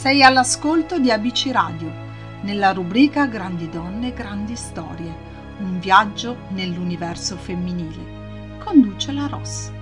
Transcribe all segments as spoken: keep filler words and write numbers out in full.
Sei all'ascolto di A B C Radio, nella rubrica Grandi donne, grandi storie, un viaggio nell'universo femminile. Conduce la Ross.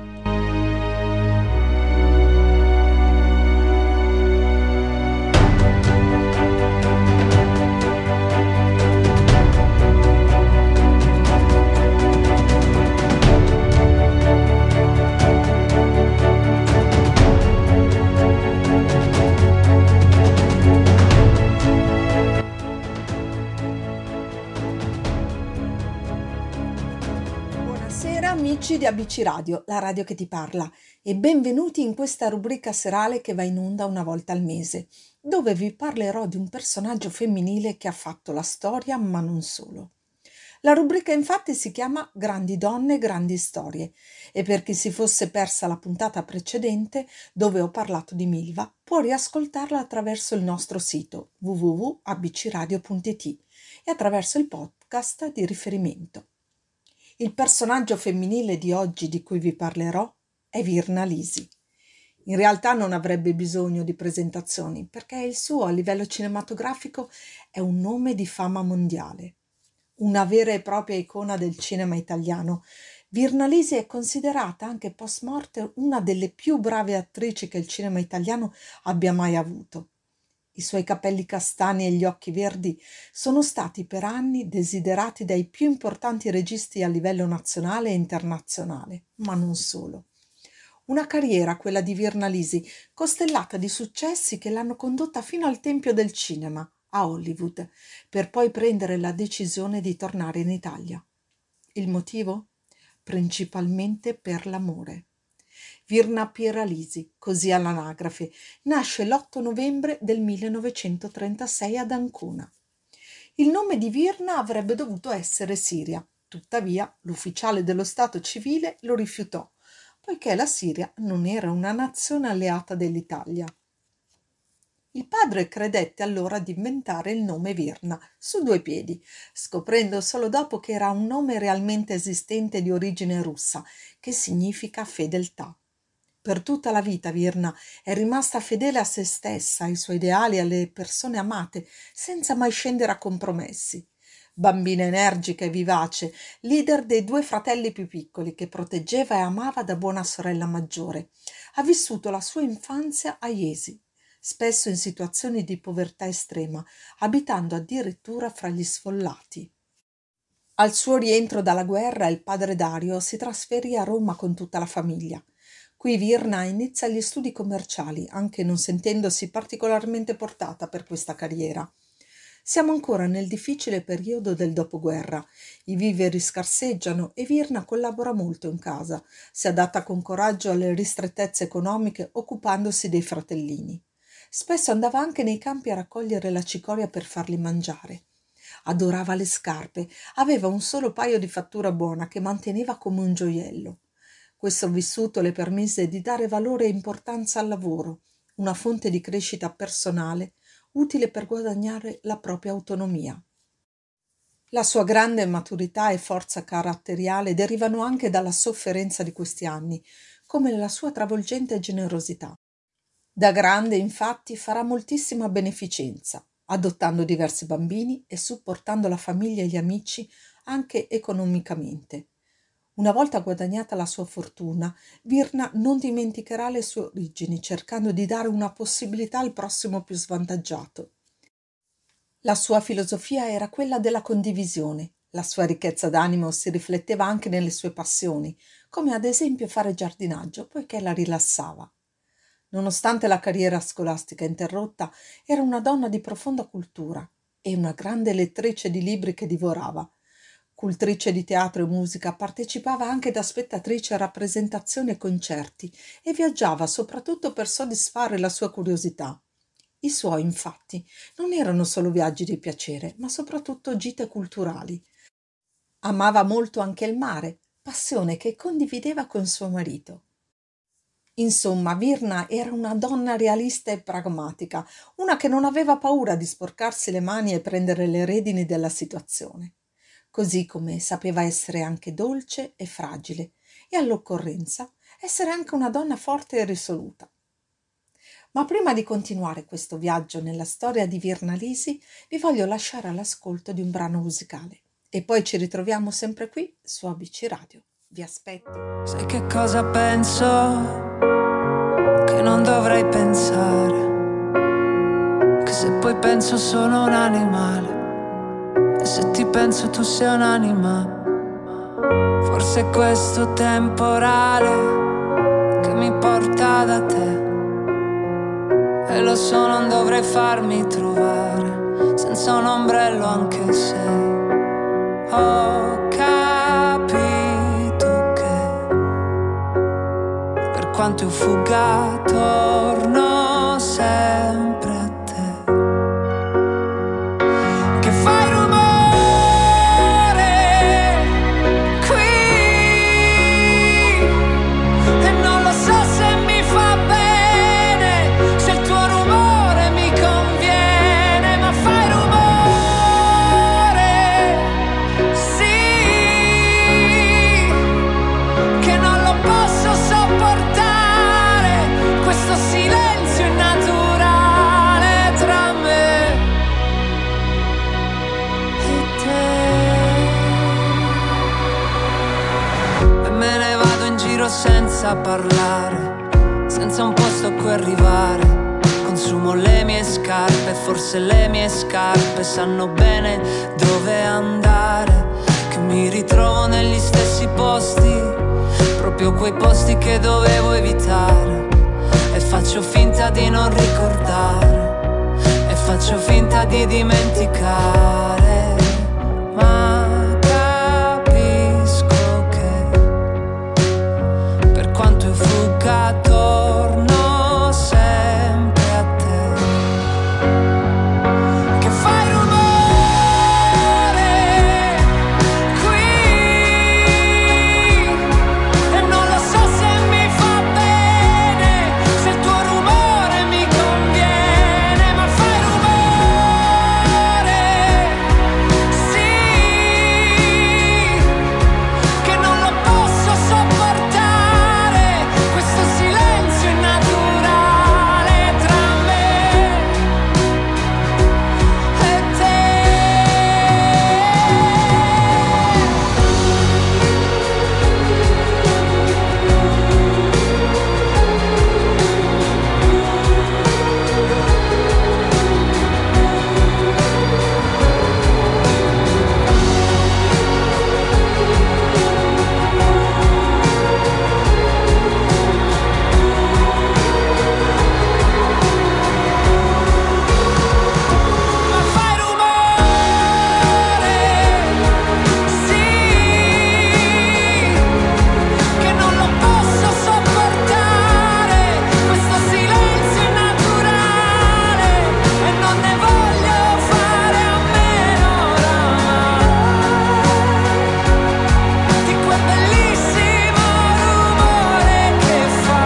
Buonasera amici di A B C Radio, la radio che ti parla, e benvenuti in questa rubrica serale che va in onda una volta al mese, dove vi parlerò di un personaggio femminile che ha fatto la storia, ma non solo. La rubrica infatti si chiama Grandi donne, grandi storie, e per chi si fosse persa la puntata precedente, dove ho parlato di Milva, può riascoltarla attraverso il nostro sito w w w punto a b c radio punto i t e attraverso il podcast di riferimento. Il personaggio femminile di oggi di cui vi parlerò è Virna Lisi. In realtà non avrebbe bisogno di presentazioni, perché il suo a livello cinematografico è un nome di fama mondiale. Una vera e propria icona del cinema italiano, Virna Lisi è considerata anche post morte una delle più brave attrici che il cinema italiano abbia mai avuto. I suoi capelli castani e gli occhi verdi sono stati per anni desiderati dai più importanti registi a livello nazionale e internazionale, ma non solo. Una carriera, quella di Virna Lisi, costellata di successi che l'hanno condotta fino al tempio del cinema, a Hollywood, per poi prendere la decisione di tornare in Italia. Il motivo? Principalmente per l'amore. Virna Pieralisi, così all'anagrafe, nasce l'otto novembre del millenovecentotrentasei ad Ancona. Il nome di Virna avrebbe dovuto essere Siria, tuttavia l'ufficiale dello Stato civile lo rifiutò, poiché la Siria non era una nazione alleata dell'Italia. Il padre credette allora di inventare il nome Virna su due piedi, scoprendo solo dopo che era un nome realmente esistente di origine russa, che significa fedeltà. Per tutta la vita Virna è rimasta fedele a se stessa, ai suoi ideali, alle persone amate, senza mai scendere a compromessi. Bambina energica e vivace, leader dei due fratelli più piccoli che proteggeva e amava da buona sorella maggiore, ha vissuto la sua infanzia a Jesi, spesso in situazioni di povertà estrema, abitando addirittura fra gli sfollati. Al suo rientro dalla guerra, il padre Dario si trasferì a Roma con tutta la famiglia. Qui Virna inizia gli studi commerciali, anche non sentendosi particolarmente portata per questa carriera. Siamo ancora nel difficile periodo del dopoguerra. I viveri scarseggiano e Virna collabora molto in casa. Si adatta con coraggio alle ristrettezze economiche, occupandosi dei fratellini. Spesso andava anche nei campi a raccogliere la cicoria per farli mangiare. Adorava le scarpe, aveva un solo paio di fattura buona che manteneva come un gioiello. Questo vissuto le permise di dare valore e importanza al lavoro, una fonte di crescita personale utile per guadagnare la propria autonomia. La sua grande maturità e forza caratteriale derivano anche dalla sofferenza di questi anni, come la sua travolgente generosità. Da grande, infatti, farà moltissima beneficenza, adottando diversi bambini e supportando la famiglia e gli amici anche economicamente. Una volta guadagnata la sua fortuna, Virna non dimenticherà le sue origini, cercando di dare una possibilità al prossimo più svantaggiato. La sua filosofia era quella della condivisione. La sua ricchezza d'animo si rifletteva anche nelle sue passioni, come ad esempio fare giardinaggio, poiché la rilassava. Nonostante la carriera scolastica interrotta, era una donna di profonda cultura e una grande lettrice di libri che divorava. Cultrice di teatro e musica, partecipava anche da spettatrice a rappresentazioni e concerti e viaggiava soprattutto per soddisfare la sua curiosità. I suoi, infatti, non erano solo viaggi di piacere, ma soprattutto gite culturali. Amava molto anche il mare, passione che condivideva con suo marito. Insomma, Virna era una donna realista e pragmatica, una che non aveva paura di sporcarsi le mani e prendere le redini della situazione. Così come sapeva essere anche dolce e fragile, e all'occorrenza essere anche una donna forte e risoluta. Ma prima di continuare questo viaggio nella storia di Virna Lisi, vi voglio lasciare all'ascolto di un brano musicale. E poi ci ritroviamo sempre qui su A B C Radio. Vi aspetto. Sai che cosa penso? Che non dovrei pensare. Che se poi penso sono un animale. E se ti penso tu sei un'anima. Forse è questo temporale che mi porta da te. E lo so, non dovrei farmi trovare senza un ombrello, anche se ho capito che per quanto io fugga torno sempre a te. Che fai rumore qui e non lo so se mi fa bene, se il tuo rumore mi conviene, ma fai rumore, sì, che non lo posso sopportare, questo silenzio innaturale tra me e te. E me ne vado in giro senza parlare, senza un posto a cui arrivare. Consumo le mie scarpe, forse le mie scarpe sanno bene dove andare. Che mi ritrovo negli stessi posti, proprio quei posti che dovevo evitare. E faccio finta di non ricordare, e faccio finta di dimenticare. Ma capisco che per quanto io fugga torno sempre a te. Che fai rumore qui e non lo so se mi fa bene, se il tuo rumore mi conviene, ma fai rumore, sì, che non lo posso sopportare, questo silenzio innaturale tra me e te. Ma fai rumore, sì, che non lo posso sopportare, questo silenzio innaturale, e non ne voglio fare a meno oramai, di quel bellissimo rumore che fa.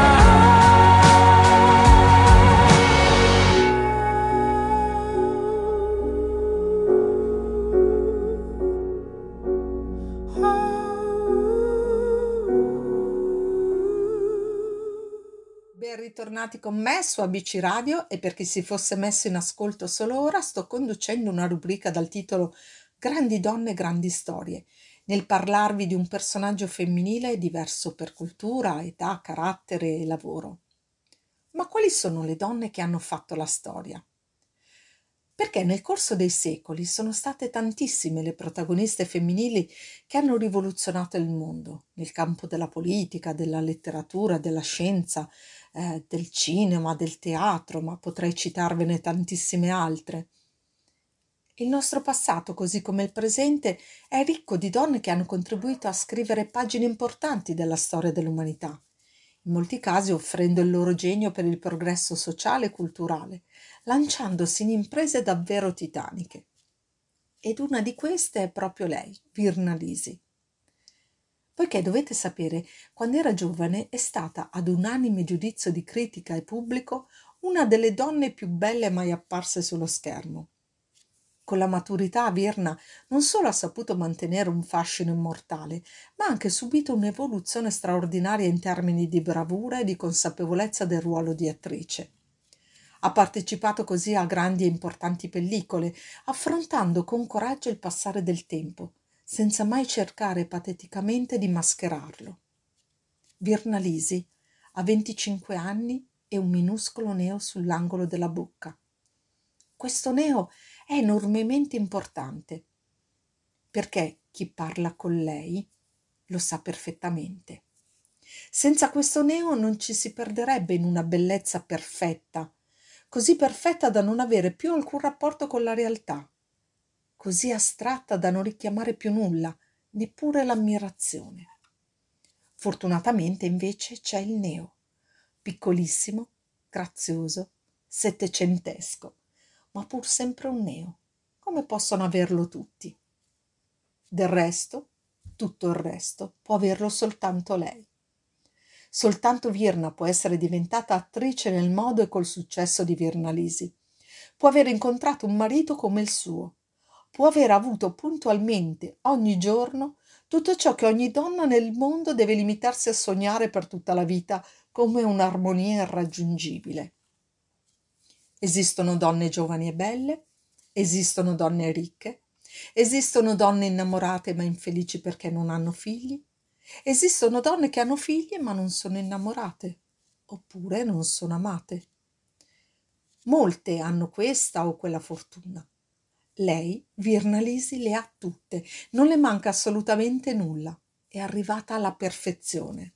Ben ritornati con me su A B C Radio, e per chi si fosse messo in ascolto solo ora, sto conducendo una rubrica dal titolo Grandi donne, grandi storie, nel parlarvi di un personaggio femminile diverso per cultura, età, carattere e lavoro. Ma quali sono le donne che hanno fatto la storia? Perché nel corso dei secoli sono state tantissime le protagoniste femminili che hanno rivoluzionato il mondo, nel campo della politica, della letteratura, della scienza, eh, del cinema, del teatro, ma potrei citarvene tantissime altre. Il nostro passato, così come il presente, è ricco di donne che hanno contribuito a scrivere pagine importanti della storia dell'umanità, in molti casi offrendo il loro genio per il progresso sociale e culturale, lanciandosi in imprese davvero titaniche. Ed una di queste è proprio lei, Virna Lisi. Poiché dovete sapere, quando era giovane è stata, ad unanime giudizio di critica e pubblico, una delle donne più belle mai apparse sullo schermo. Con la maturità Virna non solo ha saputo mantenere un fascino immortale, ma ha anche subito un'evoluzione straordinaria in termini di bravura e di consapevolezza del ruolo di attrice. Ha partecipato così a grandi e importanti pellicole, affrontando con coraggio il passare del tempo, senza mai cercare pateticamente di mascherarlo. Virna Lisi ha venticinque anni e un minuscolo neo sull'angolo della bocca. Questo neo è enormemente importante, perché chi parla con lei lo sa perfettamente. Senza questo neo non ci si perderebbe in una bellezza perfetta, così perfetta da non avere più alcun rapporto con la realtà, così astratta da non richiamare più nulla, neppure l'ammirazione. Fortunatamente invece c'è il neo, piccolissimo, grazioso, settecentesco, ma pur sempre un neo, come possono averlo tutti. Del resto, tutto il resto può averlo soltanto lei. Soltanto Virna può essere diventata attrice nel modo e col successo di Virna Lisi. Può aver incontrato un marito come il suo. Può aver avuto puntualmente, ogni giorno, tutto ciò che ogni donna nel mondo deve limitarsi a sognare per tutta la vita come un'armonia irraggiungibile. Esistono donne giovani e belle, esistono donne ricche, esistono donne innamorate ma infelici perché non hanno figli, esistono donne che hanno figli ma non sono innamorate, oppure non sono amate. Molte hanno questa o quella fortuna. Lei, Virna Lisi, le ha tutte, non le manca assolutamente nulla, è arrivata alla perfezione.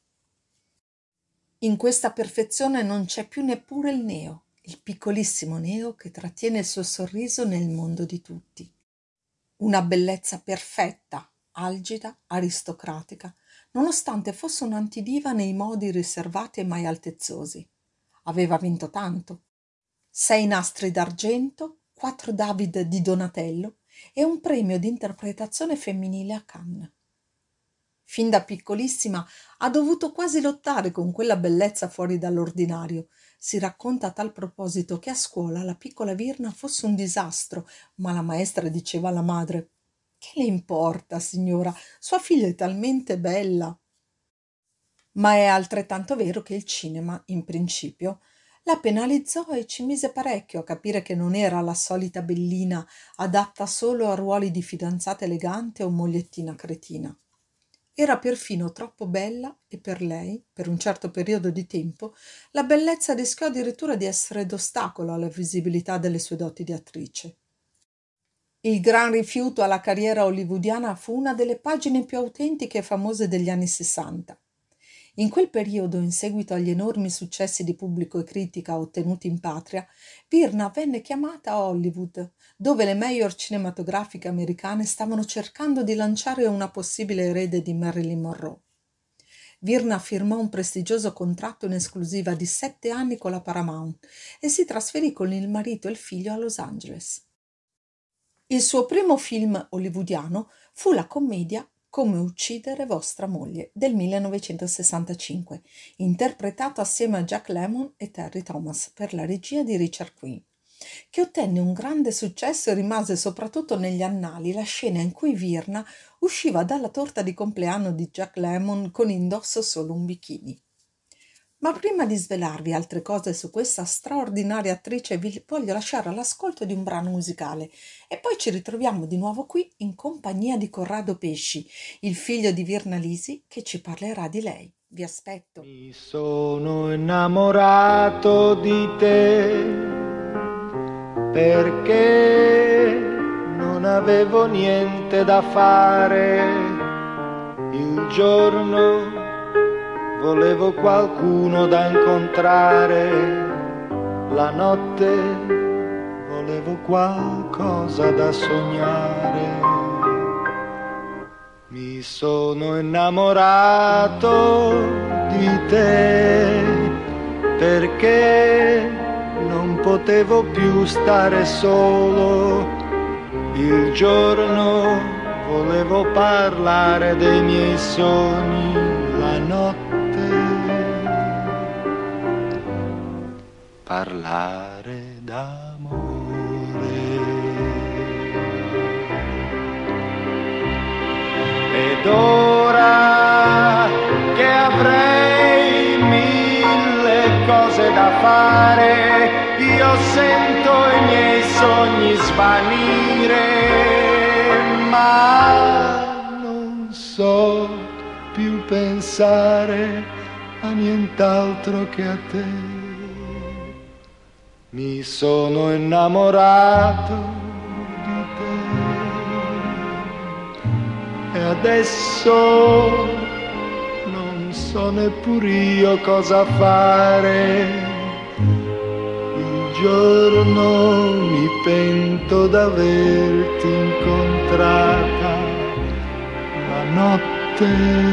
In questa perfezione non c'è più neppure il neo, il piccolissimo neo che trattiene il suo sorriso nel mondo di tutti. Una bellezza perfetta, algida, aristocratica, nonostante fosse un'antidiva nei modi riservati e mai altezzosi. Aveva vinto tanto. Sei nastri d'argento, quattro David di Donatello e un premio di interpretazione femminile a Cannes. Fin da piccolissima ha dovuto quasi lottare con quella bellezza fuori dall'ordinario. Si racconta a tal proposito che a scuola la piccola Virna fosse un disastro, ma la maestra diceva alla madre: «Che le importa, signora? Sua figlia è talmente bella». Ma è altrettanto vero che il cinema, in principio, la penalizzò e ci mise parecchio a capire che non era la solita bellina adatta solo a ruoli di fidanzata elegante o mogliettina cretina. Era perfino troppo bella e per lei, per un certo periodo di tempo, la bellezza rischiò addirittura di essere d'ostacolo alla visibilità delle sue doti di attrice. Il gran rifiuto alla carriera hollywoodiana fu una delle pagine più autentiche e famose degli anni sessanta. In quel periodo, in seguito agli enormi successi di pubblico e critica ottenuti in patria, Virna venne chiamata a Hollywood, dove le major cinematografiche americane stavano cercando di lanciare una possibile erede di Marilyn Monroe. Virna firmò un prestigioso contratto in esclusiva di sette anni con la Paramount e si trasferì con il marito e il figlio a Los Angeles. Il suo primo film hollywoodiano fu la commedia Come uccidere vostra moglie del millenovecentosessantacinque, interpretato assieme a Jack Lemmon e Terry Thomas per la regia di Richard Quinn, che ottenne un grande successo e rimase soprattutto negli annali la scena in cui Virna usciva dalla torta di compleanno di Jack Lemmon con indosso solo un bikini. Ma prima di svelarvi altre cose su questa straordinaria attrice vi voglio lasciare all'ascolto di un brano musicale e poi ci ritroviamo di nuovo qui in compagnia di Corrado Pesci, il figlio di Virna Lisi, che ci parlerà di lei. Vi aspetto. Mi sono innamorato di te perché non avevo niente da fare il giorno. Volevo qualcuno da incontrare, la notte volevo qualcosa da sognare. Mi sono innamorato di te perché non potevo più stare solo. Il giorno volevo parlare dei miei sogni, la notte parlare d'amore. Ed ora che avrei mille cose da fare, io sento i miei sogni svanire, ma non so più pensare a nient'altro che a te. Mi sono innamorato di te e adesso non so neppur io cosa fare. Il giorno mi pento d'averti incontrata, la notte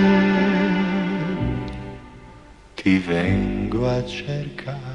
ti vengo a cercare.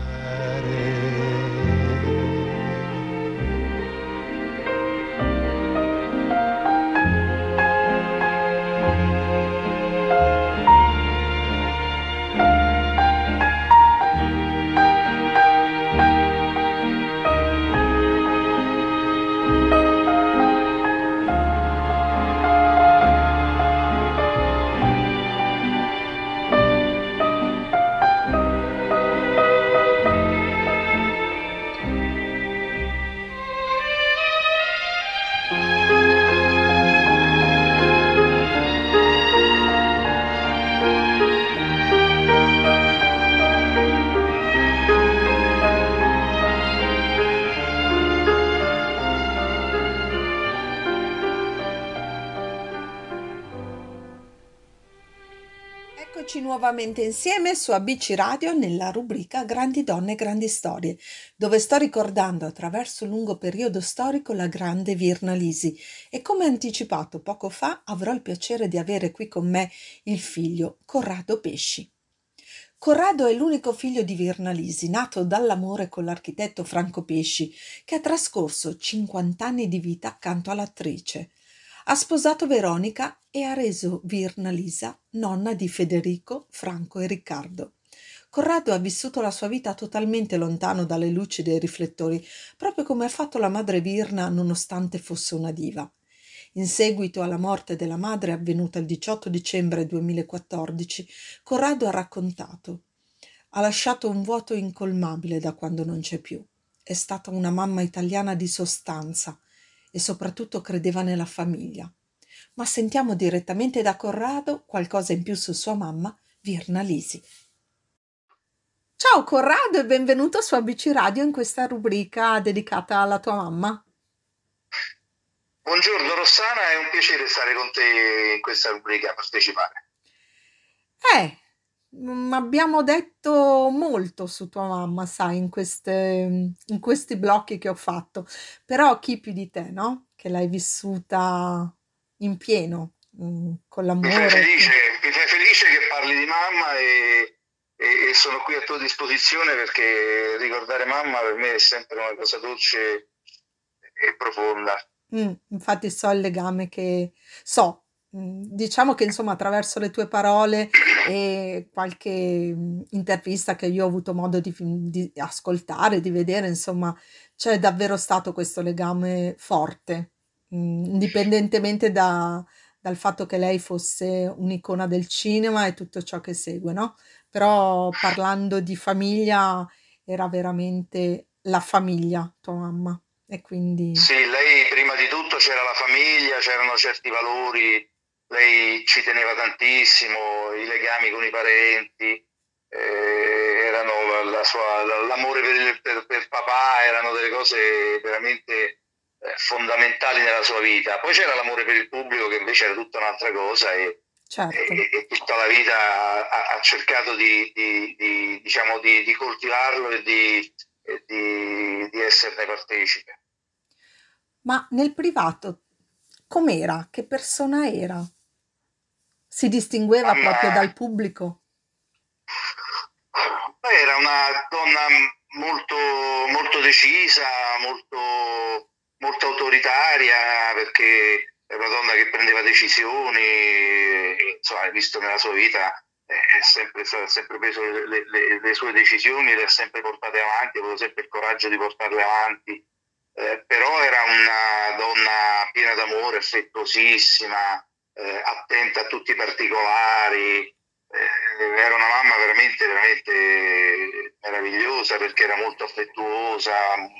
Eccoci nuovamente insieme su A B C Radio nella rubrica Grandi donne, grandi storie, dove sto ricordando attraverso un lungo periodo storico la grande Virna Lisi e come anticipato poco fa avrò il piacere di avere qui con me il figlio Corrado Pesci. Corrado è l'unico figlio di Virna Lisi, nato dall'amore con l'architetto Franco Pesci, che ha trascorso cinquanta anni di vita accanto all'attrice. Ha sposato Veronica e ha reso Virna Lisa nonna di Federico, Franco e Riccardo. Corrado ha vissuto la sua vita totalmente lontano dalle luci dei riflettori, proprio come ha fatto la madre Virna nonostante fosse una diva. In seguito alla morte della madre avvenuta il diciotto dicembre duemilaquattordici, Corrado ha raccontato: ha lasciato un vuoto incolmabile da quando non c'è più. È stata una mamma italiana di sostanza e soprattutto credeva nella famiglia. Ma sentiamo direttamente da Corrado qualcosa in più su sua mamma, Virna Lisi. Ciao Corrado e benvenuto su A B C Radio in questa rubrica dedicata alla tua mamma. Buongiorno Rossana, è un piacere stare con te in questa rubrica, partecipare. Eh, mm, abbiamo detto molto su tua mamma, sai, in, queste, in questi blocchi che ho fatto, però chi più di te, no? Che l'hai vissuta in pieno, mm, con Mi fai l'amore. felice, mi fai felice che parli di mamma e, e- e sono qui a tua disposizione perché ricordare mamma per me è sempre una cosa dolce e profonda. Mm, infatti so il legame che so. Mm, diciamo che insomma attraverso le tue parole e qualche mm, intervista che io ho avuto modo di, di ascoltare, di vedere, insomma, c'è davvero stato questo legame forte, mm, indipendentemente da- dal fatto che lei fosse un'icona del cinema e tutto ciò che segue, no? Però parlando di famiglia, era veramente la famiglia, tua mamma. E quindi, Sì, lei prima di tutto c'era la famiglia, c'erano certi valori, lei ci teneva tantissimo, i legami con i parenti, eh, erano la, la sua, la- l'amore per, il- per- per papà, erano delle cose veramente eh, fondamentali nella sua vita. Poi c'era l'amore per il pubblico che invece era tutta un'altra cosa e, certo. e- e tutta la vita ha, ha cercato di, di- di, diciamo, di, di coltivarlo e di, e di di esserne partecipe. Ma nel privato com'era? Che persona era? Si distingueva proprio Mamma dal pubblico? Beh, era una donna molto, molto decisa, molto, molto autoritaria, perché è una donna che prendeva decisioni, e, insomma, hai visto nella sua vita, eh, è sempre, ha sempre preso le, le- le sue decisioni, le ha sempre portate avanti, ha avuto sempre il coraggio di portarle avanti. Eh, però era una donna piena d'amore, affettuosissima, eh, attenta a tutti i particolari, eh, era una mamma veramente, veramente meravigliosa, perché era molto affettuosa,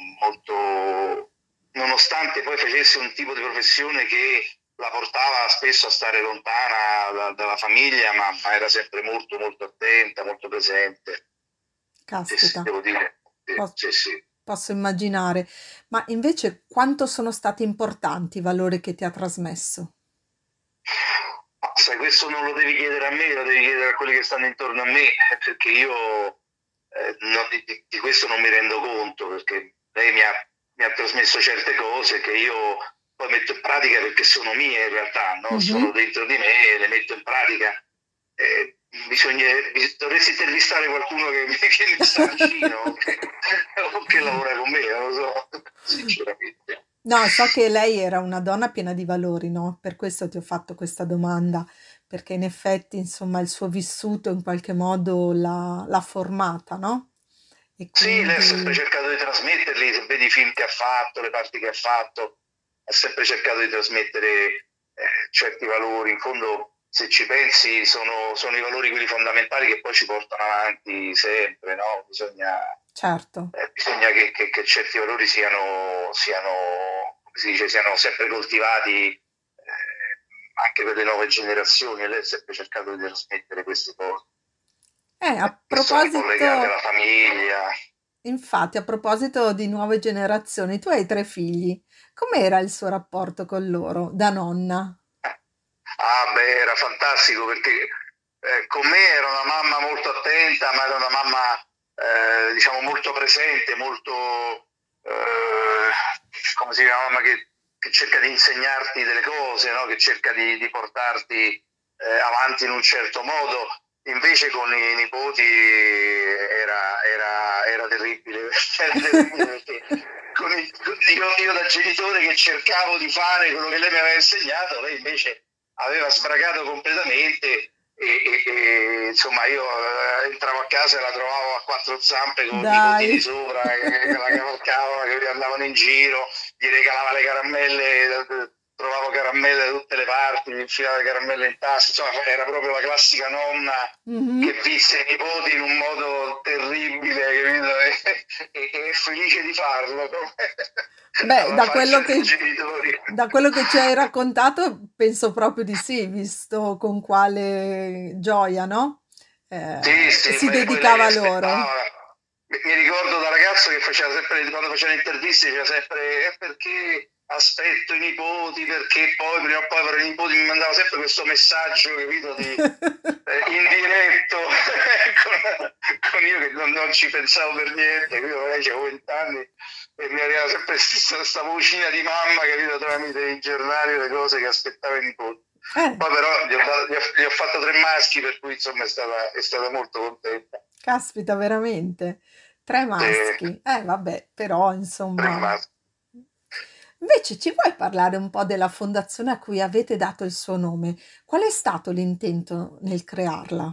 molto, nonostante poi facesse un tipo di professione che la portava spesso a stare lontana da- dalla famiglia, ma, ma era sempre molto molto attenta, molto presente. Sì, sì, Caspita, devo dire, sì, pos- sì, sì. posso immaginare. Ma invece quanto sono stati importanti i valori che ti ha trasmesso? Ma sai, questo non lo devi chiedere a me, lo devi chiedere a quelli che stanno intorno a me, eh, perché io eh, non- di, di- di questo non mi rendo conto, perché lei mi ha, mi ha trasmesso certe cose che io poi metto in pratica perché sono mie in realtà, no? Sono Mhm. dentro di me e le metto in pratica. Eh, bisogna, bis- dovresti intervistare qualcuno che, mi- che mi sta vicino o che, o che lavora con me, non lo so, sinceramente. No, so che lei era una donna piena di valori, no? Per questo ti ho fatto questa domanda, perché in effetti, insomma, il suo vissuto in qualche modo l'ha l'ha formata, no? E Sì, lei ha sempre quindi, cercato di trasmetterli, se vedi i film che ha fatto, le parti che ha fatto, ha sempre cercato di trasmettere eh, certi valori. In fondo, se ci pensi, sono, sono i valori quelli fondamentali che poi ci portano avanti sempre, no? Bisogna, certo. eh, bisogna che, che- che certi valori siano, siano, come si dice, siano sempre coltivati eh, anche per le nuove generazioni, e lei ha sempre cercato di trasmettere queste cose Eh, a eh, che sono un po' legate proposito, alla famiglia. infatti, a proposito di nuove generazioni, tu hai tre figli. Com'era il suo rapporto con loro da nonna? Ah, beh, era fantastico perché eh, con me era una mamma molto attenta, ma era una mamma, eh, diciamo, molto presente, molto, eh, come si chiama, mamma che, che cerca di insegnarti delle cose, no? Che cerca di, di portarti eh, avanti in un certo modo. Invece con i nipoti era, era, era terribile, era terribile perché con il- con- io, io da genitore che cercavo di fare quello che lei mi aveva insegnato, lei invece aveva sbragato completamente e, e- e, insomma io eh, entravo a casa e la trovavo a quattro zampe con i nipotini Dai. sopra che, che la cavalcavano, che andavano in giro, gli regalava le caramelle, eh, trovavo caramelle da tutte le parti, gli infilava le caramelle in tasca, insomma era proprio la classica nonna che Mhm. visse i nipoti in un modo terribile, capito? E, e- e è felice di farlo, come Beh, alla da quello faccia dei che, genitori. da quello che ci hai raccontato, penso proprio di sì, visto con quale gioia, no? Sì, Eh, sì, si beh, poi lei dedicava a loro. aspettava. Mi, mi ricordo da ragazzo che faceva sempre, quando faceva le interviste, diceva sempre eh, perché aspetto i nipoti, perché poi prima o poi avrò i nipoti, mi mandava sempre questo messaggio, capito, di eh, indiretto, con, con io che non, non ci pensavo per niente, capito, magari avevo vent'anni e mi arrivava sempre questa vocina di mamma, capito, tramite i giornali, le cose che aspettava i nipoti. Eh, Poi però gli ho, dato- gli ho- gli ho fatto tre maschi, per cui insomma è stata, è stata molto contenta. caspita, veramente. Tre Sì, maschi. Eh, vabbè, però, tre insomma. maschi. Invece ci vuoi parlare un po' della fondazione a cui avete dato il suo nome? Qual è stato l'intento nel crearla?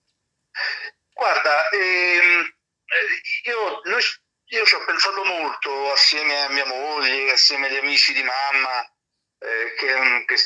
Guarda, ehm, eh, io, noi- io ci ho pensato molto assieme a mia moglie, assieme agli amici di mamma, eh, che, che,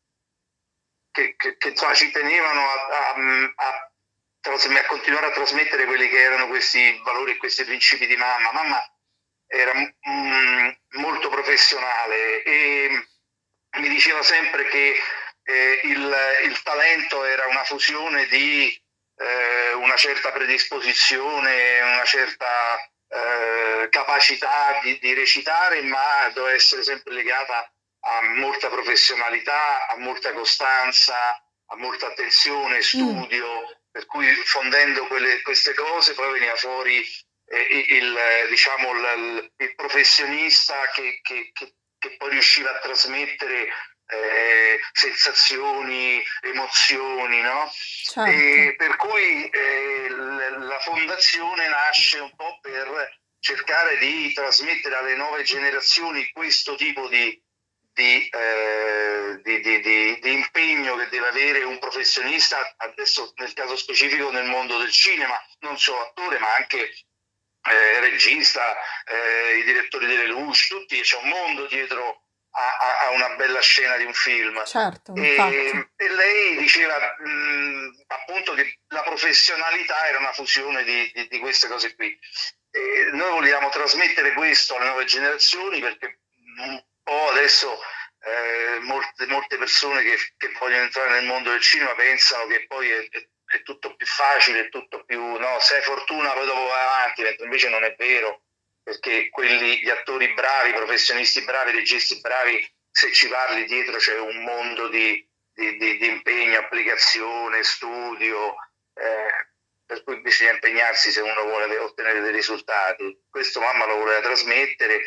che, che- che, insomma, ci tenevano a, a- a trasme- a continuare a trasmettere quelli che erano questi valori e questi principi di mamma. Mamma era mm, molto professionale e mi diceva sempre che eh, il, il talento era una fusione di eh, una certa predisposizione, una certa eh, capacità di, di recitare, ma doveva essere sempre legata a molta professionalità, a molta costanza, a molta attenzione, Mm, studio, per cui fondendo quelle, queste cose poi veniva fuori eh, il, diciamo, il, il professionista che, che, che, che poi riusciva a trasmettere eh, sensazioni, emozioni, no? certo. E per cui eh, la fondazione nasce un po' per cercare di trasmettere alle nuove generazioni questo tipo di, di, eh, di, di, di, di impegno che deve avere un professionista, adesso nel caso specifico nel mondo del cinema, non solo attore ma anche eh, regista, eh, i direttori delle luci, tutti, c'è un mondo dietro a, a- a una bella scena di un film. Certo, infatti. E, e lei diceva mh, appunto che la professionalità era una fusione di, di- di queste cose qui. E noi vogliamo trasmettere questo alle nuove generazioni perché un po' adesso eh, molte, molte persone che, che vogliono entrare nel mondo del cinema pensano che poi è, è- è tutto più facile, è tutto più, no, se hai fortuna poi dopo vai avanti, mentre invece non è vero, perché quelli, gli attori bravi, professionisti bravi, registi bravi, se ci parli dietro c'è un mondo di, di- di- di impegno, applicazione, studio, eh, per cui bisogna impegnarsi se uno vuole ottenere dei risultati. Questo mamma lo voleva trasmettere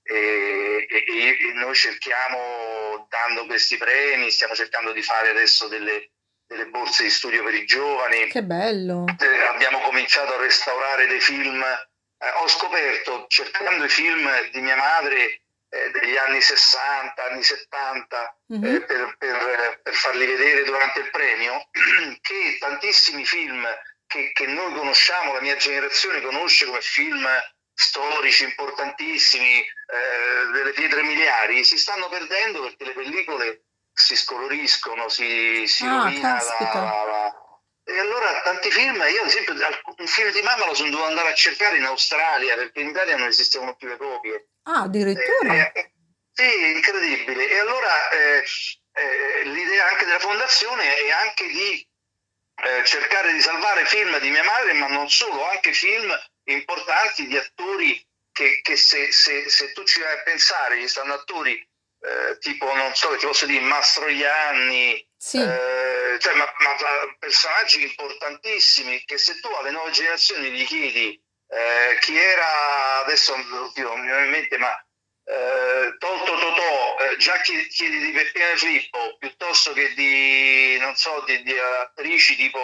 e, e- e noi cerchiamo, dando questi premi, stiamo cercando di fare adesso delle, delle borse di studio per i giovani. Che bello. Eh, abbiamo cominciato a restaurare dei film. Eh, ho scoperto, cercando i film di mia madre eh, degli anni sessanta, anni settanta, Mhm. eh, per, per- per farli vedere durante il premio, che tantissimi film che, che noi conosciamo, la mia generazione conosce come film storici importantissimi, eh, delle pietre miliari, si stanno perdendo perché le pellicole si scoloriscono, si, si Ah, rovina la, caspita. la- la- E allora tanti film, io ad esempio alc- un film di mamma lo sono dovuto andare a cercare in Australia perché in Italia non esistevano più le copie. Ah, addirittura. Eh, eh, sì, incredibile. E allora eh, eh, l'idea anche della fondazione è anche di eh, cercare di salvare film di mia madre, ma non solo, anche film importanti di attori che, che se, se- se tu ci vai a pensare, ci stanno attori eh, tipo, non so, che ti posso dire, Mastroianni, Sì. eh, cioè, ma, ma personaggi importantissimi che se tu alle nuove generazioni gli chiedi eh, chi era, adesso oddio, non mi viene in mente, ma eh, tolto Totò, eh, già chi- chiedi di Peppina De Filippo piuttosto che di, non so, di, di attrici tipo,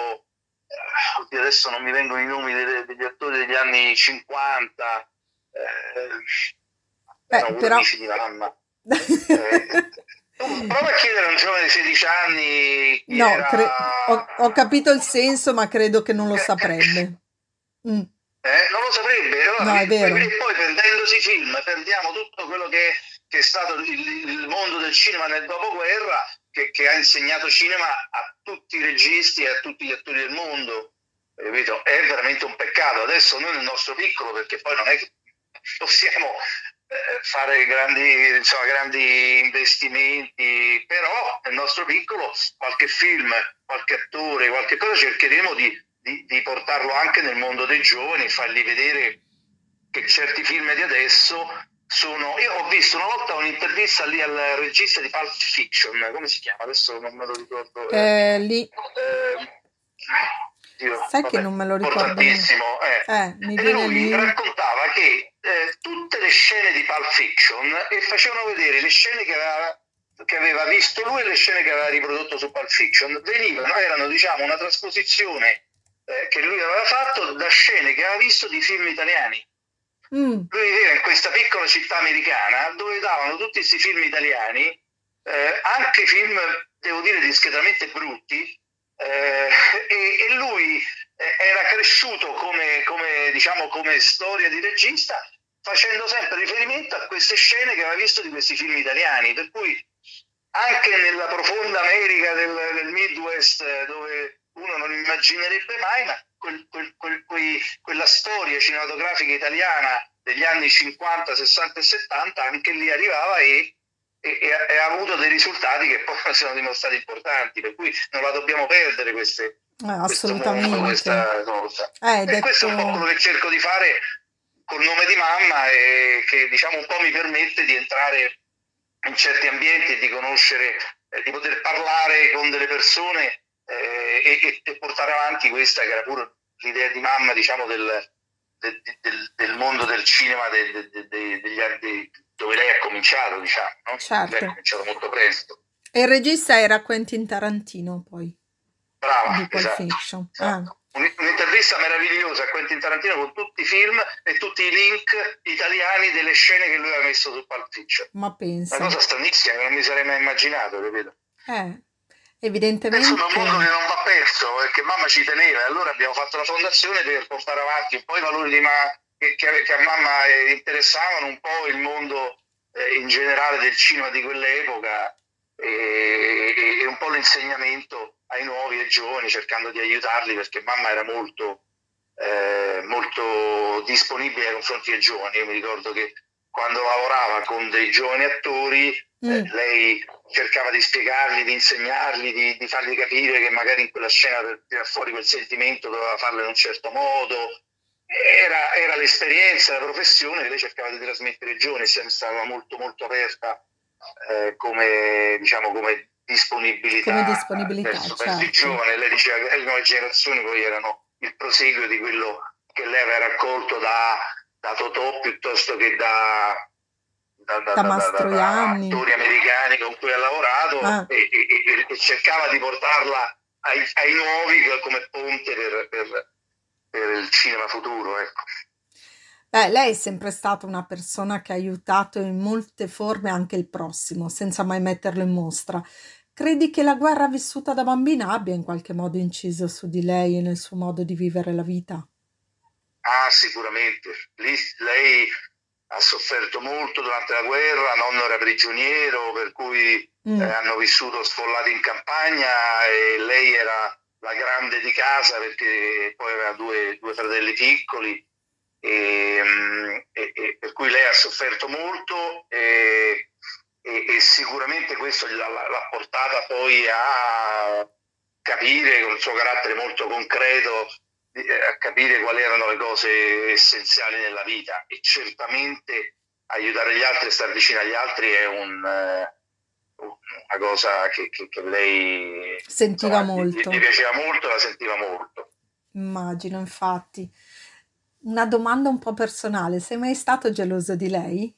eh, oddio, adesso non mi vengono i nomi delle- degli attori degli anni cinquanta, eh, Beh, erano pure però... amici di mamma. Eh, tu prova a chiedere a un giovane di sedici anni chi No, era. cre- ho, ho capito il senso, ma credo che non lo saprebbe. Mm. Eh, non lo saprebbe. Allora, No, è vero. e poi perdendosi i film perdiamo tutto quello che, che è stato il, il mondo del cinema nel dopoguerra, che, che ha insegnato cinema a tutti i registi e a tutti gli attori del mondo. Capito? È veramente un peccato. Adesso noi nel nostro piccolo, perché poi non è che possiamo eh, fare grandi, insomma, grandi investimenti, però nel nostro piccolo qualche film, qualche attore, qualche cosa cercheremo di di, di portarlo anche nel mondo dei giovani, fargli vedere che certi film di adesso sono. Io ho visto una volta un'intervista lì al regista di Pulp Fiction, come si chiama? Adesso non me lo ricordo. Eh, lì... Eh, Dio, Sai che vabbè, non me lo ricordo. importantissimo. Eh. Eh, mi E viene lui lì... raccontava che eh, tutte le scene di Pulp Fiction e facevano vedere le scene che aveva, che aveva visto lui e le scene che aveva riprodotto su Pulp Fiction. Venivano, erano diciamo una trasposizione eh, che lui aveva fatto da scene che aveva visto di film italiani. Mm. Lui viveva in questa piccola città americana dove davano tutti questi film italiani, eh, anche film, devo dire, discretamente brutti, eh, e, e lui eh, era cresciuto come, come, diciamo, come storia di regista facendo sempre riferimento a queste scene che aveva visto di questi film italiani, per cui anche nella profonda America del, del Midwest, dove uno non immaginerebbe mai, ma quel, quel, quel, quei, quella storia cinematografica italiana degli anni cinquanta, sessanta e settanta anche lì arrivava e, e, e ha avuto dei risultati che poi sono dimostrati importanti, per cui non la dobbiamo perdere queste, Eh, questo mondo, assolutamente. questa cosa. Eh, hai E detto... questo è un po' quello che cerco di fare col nome di mamma e che diciamo un po' mi permette di entrare in certi ambienti e di conoscere, eh, di poter parlare con delle persone eh, e, e portare avanti questa che era pure l'idea di mamma, diciamo, del, del, del, del mondo del cinema de, de, de, degli anni dove lei ha cominciato, diciamo, no? Certo. Lei ha cominciato molto presto. E il regista era Quentin Tarantino, poi. Brava, Di Pulp esatto, Fiction. esatto. Ah. Un'intervista meravigliosa a Quentin Tarantino con tutti i film e tutti i link italiani delle scene che lui aveva messo su Pulp Fiction. Ma pensa. Una cosa stranissima che non mi sarei mai immaginato, capito? Eh, evidentemente... Adesso è un mondo che non va perso, perché mamma ci teneva e allora abbiamo fatto la fondazione per portare avanti un po' i valori di ma- che, che, che a mamma interessavano, un po' il mondo eh, in generale del cinema di quell'epoca e, e, e un po' l'insegnamento ai nuovi e giovani, cercando di aiutarli, perché mamma era molto, eh, molto disponibile nei confronti dei giovani. Io mi ricordo che quando lavorava con dei giovani attori, eh, Mm. lei cercava di spiegargli, di insegnargli, di, di fargli capire che magari in quella scena, per tirar fuori quel sentimento, doveva farlo in un certo modo. Era, era l'esperienza, la professione che lei cercava di trasmettere ai giovani, sempre stata molto molto aperta, eh, come, diciamo, come disponibilità Come disponibilità, verso, verso i certo. giovani. Lei diceva che le nuove generazioni poi erano il proseguio di quello che lei aveva raccolto da, da Totò, piuttosto che da, da, da, Da da, da, da, da Mastroianni. attori americani con cui ha lavorato, Ah. e, e, e cercava di portarla ai, ai nuovi come ponte per, per, per il cinema futuro, ecco. Beh, lei è sempre stata una persona che ha aiutato in molte forme anche il prossimo, senza mai metterlo in mostra. Credi che la guerra vissuta da bambina abbia in qualche modo inciso su di lei e nel suo modo di vivere la vita? Ah, sicuramente. Lì lei ha sofferto molto durante la guerra, nonno era prigioniero, per cui eh, Mm. hanno vissuto sfollati in campagna e lei era la grande di casa perché poi aveva due, due fratelli piccoli e, mm, e- e per cui lei ha sofferto molto e, e- e sicuramente questo l'ha, l'ha portata poi a capire con il suo carattere molto concreto, eh, a capire quali erano le cose essenziali nella vita, e certamente aiutare gli altri e stare vicino agli altri è un, eh, una cosa che, che- che lei, Sentiva insomma, gli, gli molto. piaceva molto, la sentiva molto. Immagino, infatti. Una domanda un po' personale, sei mai stato geloso di lei?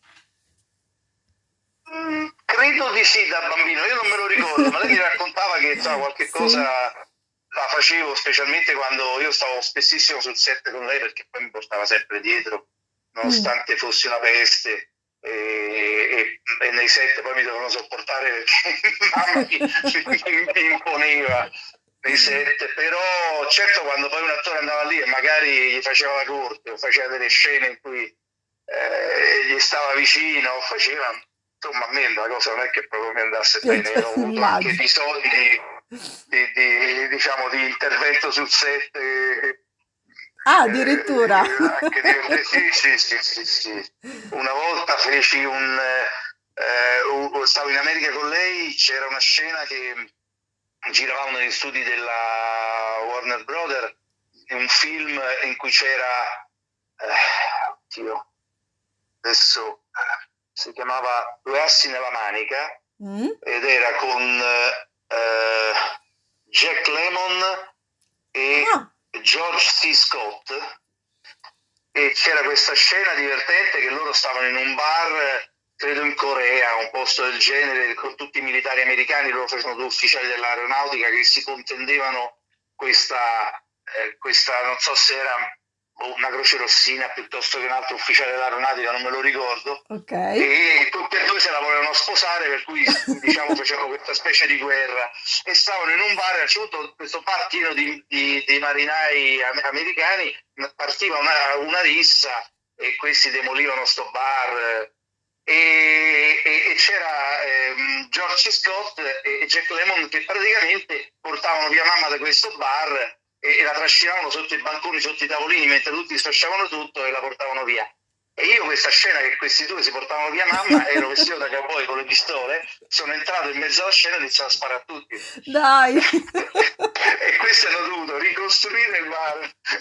Mm, credo di sì, da bambino, io non me lo ricordo, ma lei mi raccontava che insomma, qualche cosa Sì. la facevo, specialmente quando io stavo spessissimo sul set con lei, perché poi mi portava sempre dietro, Mm. nonostante fossi una peste. E, e- e nei set poi mi dovevano sopportare perché mamma mi, mi- mi imponeva nei set, però certo quando poi un attore andava lì e magari gli faceva la corte o faceva delle scene in cui eh, gli stava vicino o faceva, insomma, a me la cosa non è che proprio mi andasse bene. Io ho avuto anche Immagino. episodi di, di, di, diciamo, di intervento sul set, eh, Ah, eh, addirittura. anche di, sì, sì, sì, sì, sì. Una volta feci un, eh, un- stavo in America con lei, c'era una scena che giravamo negli studi della Warner Brothers, un film in cui c'era, eh, oddio, adesso eh, si chiamava Due assi nella manica, Mm? ed era con eh, Jack Lemmon e Ah, George C. Scott, e c'era questa scena divertente che loro stavano in un bar, credo in Corea, un posto del genere, con tutti i militari americani. Loro facevano due ufficiali dell'aeronautica che si contendevano questa, eh, questa non so se era una croce rossina piuttosto che un altro ufficiale dell'aeronautica, non me lo ricordo, ok. e tutti e due se la volevano sposare, per cui diciamo facevano questa specie di guerra, e stavano in un bar, a un certo punto questo bar pieno di, di, di marinai am- americani, partiva una, una rissa e questi demolivano sto bar, eh, e, e- e c'era ehm, George C. Scott e Jack Lemmon che praticamente portavano via mamma da questo bar e, e la trascinavano sotto i banconi, sotto i tavolini, mentre tutti sfasciavano tutto e la portavano via. E io questa scena che questi due si portavano via mamma, ero vestito da cowboy con le pistole, sono entrato in mezzo alla scena e ho iniziato a sparare a tutti. Dai. E questi hanno dovuto ricostruire il bar,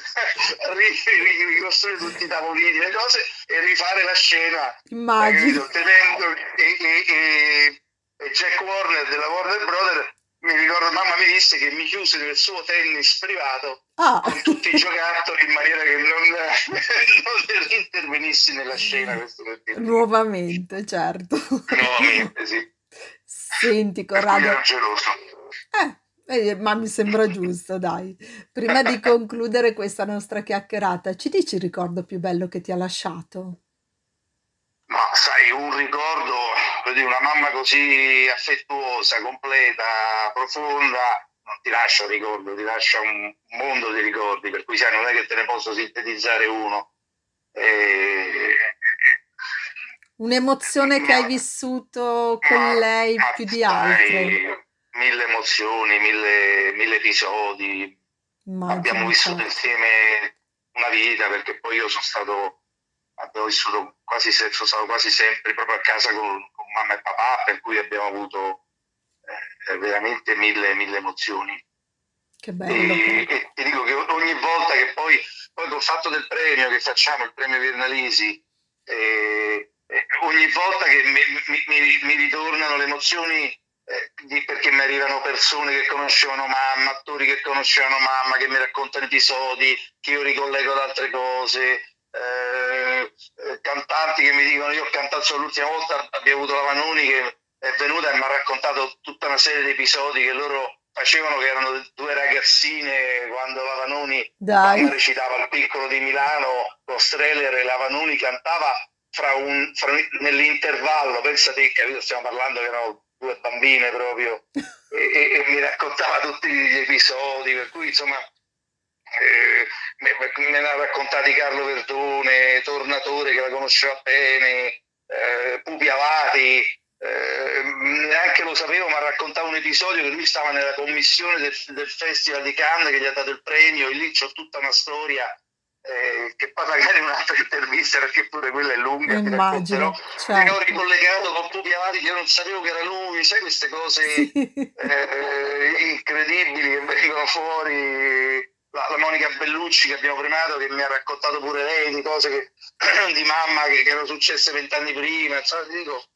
ri- ri- ricostruire tutti i tavolini, le cose, e rifare la scena, hai Immagino. capito? Tenendo e, e- e- e Jack Warner della Warner Brothers, mi ricordo, mamma mi disse che mi chiuse nel suo tennis privato Ah. con tutti i giocattoli in maniera che non, non intervenissi nella scena. Questo per dire. Nuovamente, certo. Nuovamente, sì. Senti, Per cui Corrado. ero geloso. Eh, eh, ma mi sembra giusto, dai. Prima di concludere questa nostra chiacchierata, ci dici il ricordo più bello che ti ha lasciato? Ma sai, un ricordo, vedi, una mamma così affettuosa, completa, profonda, non ti lascia un ricordo, ti lascia un mondo di ricordi, per cui sai, non è che te ne posso sintetizzare uno. E- Un'emozione che hai vissuto con Ma, lei ma più di altre. sai, mille emozioni, mille, mille episodi. Abbiamo Immagino, vissuto certo. insieme una vita, perché poi io sono stato, abbiamo vissuto quasi, se- sono stato quasi sempre proprio a casa con, con mamma e papà, per cui abbiamo avuto eh, veramente mille, mille emozioni. Che bello E, però. e ti dico che ogni volta che poi, poi col fatto del premio che facciamo, il premio Viernalisi, eh, eh, ogni volta che mi, mi- mi- mi ritornano le emozioni, eh, di- perché mi arrivano persone che conoscevano mamma, attori che conoscevano mamma, che mi raccontano episodi che io ricollego ad altre cose, eh, eh, cantanti che mi dicono: io ho cantato l'ultima volta, abbiamo avuto la Vanoni che è venuta e mi ha raccontato tutta una serie di episodi che loro facevano, che erano due ragazzine quando la Vanoni, mamma Dai. recitava al Piccolo di Milano, lo Streller, e la Vanoni cantava fra un, fra, nell'intervallo, pensa te, capito, stiamo parlando che erano due bambine proprio, e, e, e mi raccontava tutti gli episodi, per cui insomma eh, me, me ne ha raccontati Carlo Verdone, Tornatore che la conosceva bene, eh, Pupi Avati, eh, neanche lo sapevo, ma raccontava un episodio che lui stava nella commissione del, del Festival di Cannes che gli ha dato il premio, e lì c'ho tutta una storia eh, che poi magari in un'altra intervista, perché pure quella è lunga, ti racconterò, Immagino, che ho certo. ricollegato con Pupi Avati, che io non sapevo che era lui, sai queste cose Sì. eh, incredibili che vengono fuori. La, la Monica Bellucci che abbiamo premiato, che mi ha raccontato pure lei di cose che, di mamma che, che erano successe vent'anni prima, insomma, ti dico,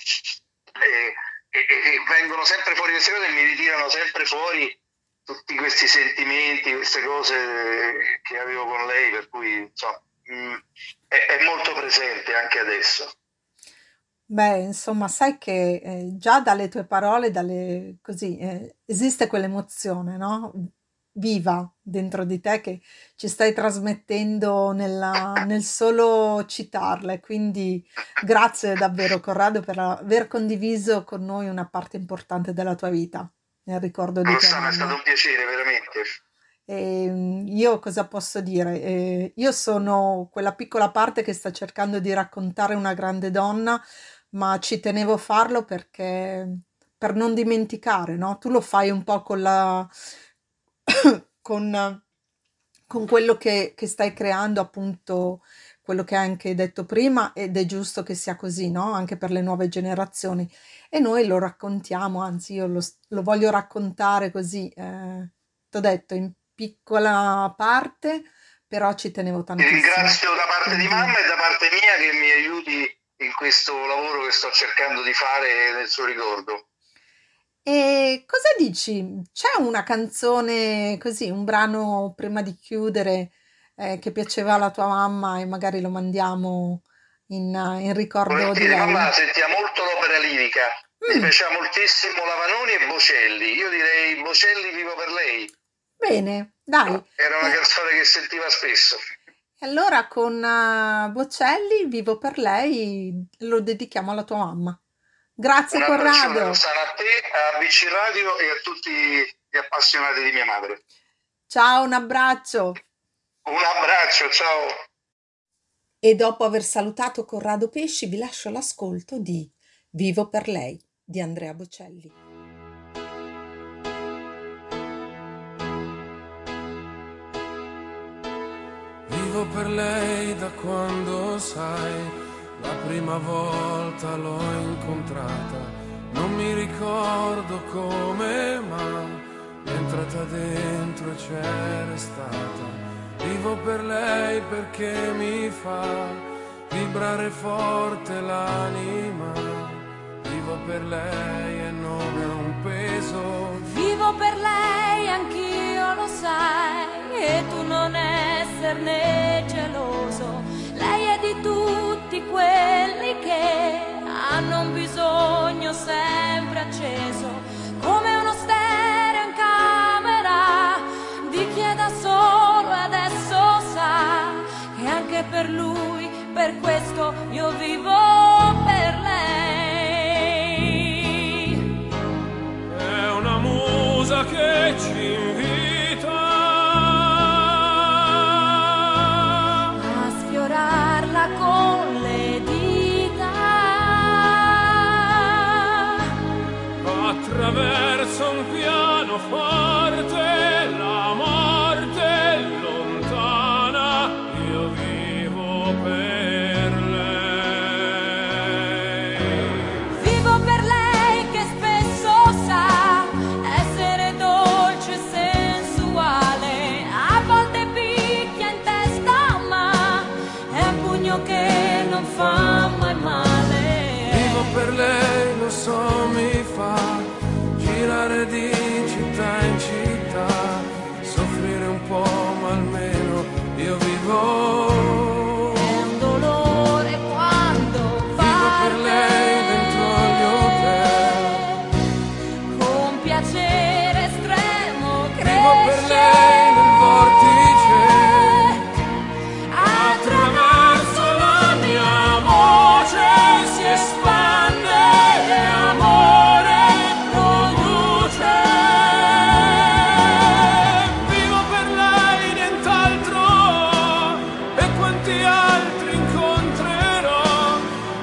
e, e, e vengono sempre fuori queste cose e mi ritirano sempre fuori tutti questi sentimenti, queste cose che avevo con lei, per cui insomma, mh, è, è molto presente anche adesso. Beh, insomma, sai che eh, già dalle tue parole, dalle, così, eh, esiste quell'emozione, no? Viva dentro di te che ci stai trasmettendo nella- nel solo citarle. Quindi grazie davvero, Corrado, per aver condiviso con noi una parte importante della tua vita, nel ricordo di tua Rossana, è stato mamma. un piacere, veramente. E io cosa posso dire? Eh, io sono quella piccola parte che sta cercando di raccontare una grande donna, ma ci tenevo a farlo perché per non dimenticare, no? Tu lo fai un po' con la con, con quello che, che stai creando, appunto, quello che hai anche detto prima, ed è giusto che sia così, no? Anche per le nuove generazioni. E noi lo raccontiamo, anzi, io lo, lo voglio raccontare così, eh, t'ho detto, in piccola parte, però ci tenevo Ti tantissimo. ringrazio da parte di Quindi, mamma e da parte mia che mi aiuti in questo lavoro che sto cercando di fare nel suo ricordo. e cosa dici? C'è una canzone così, un brano prima di chiudere, eh, che piaceva alla tua mamma e magari lo mandiamo in, in ricordo di Volentieri, mamma lei? sentiva molto l'opera lirica, mi Mm, piaceva moltissimo Lavanoni e Bocelli. Io direi Bocelli vivo per lei. bene, dai. Era una Eh, canzone che sentiva spesso. allora con eh, Bocelli, Vivo per lei, lo dedichiamo alla tua mamma. Grazie Un abbraccione Corrado. Rossana a te, a B C Radio e a tutti gli appassionati di mia madre. Ciao, un abbraccio. Un abbraccio, ciao. E dopo aver salutato Corrado Pesci, vi lascio l'ascolto di Vivo per lei di Andrea Bocelli. Vivo per lei da quando, sai, la prima volta l'ho incontrata. Non mi ricordo come, ma è entrata dentro e c'è restata. Vivo per lei perché mi fa vibrare forte l'anima. Vivo per lei e non è un peso. Vivo per lei, anch'io lo sai, e tu non esserne geloso. Lei è di tutti quelli che hanno un bisogno sempre acceso, come uno stereo in camera di chi è da solo e adesso sa che anche per lui, per questo io vivo per lei. È una musa che ci invita A sfiorarla con le dita.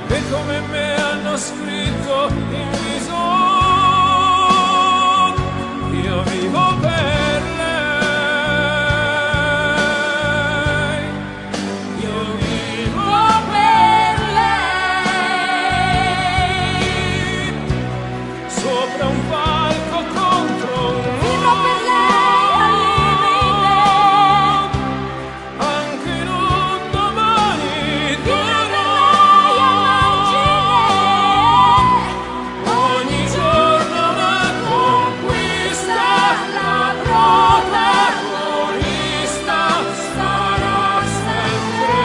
e come me hanno scritto in viso. Io vivo per lei, io vivo per lei, sopra un palco contro un Vivo per lei al limite, anche in un domani vivo per duro. lei a margine. Ogni giorno una conquista, la protagonista sarà sempre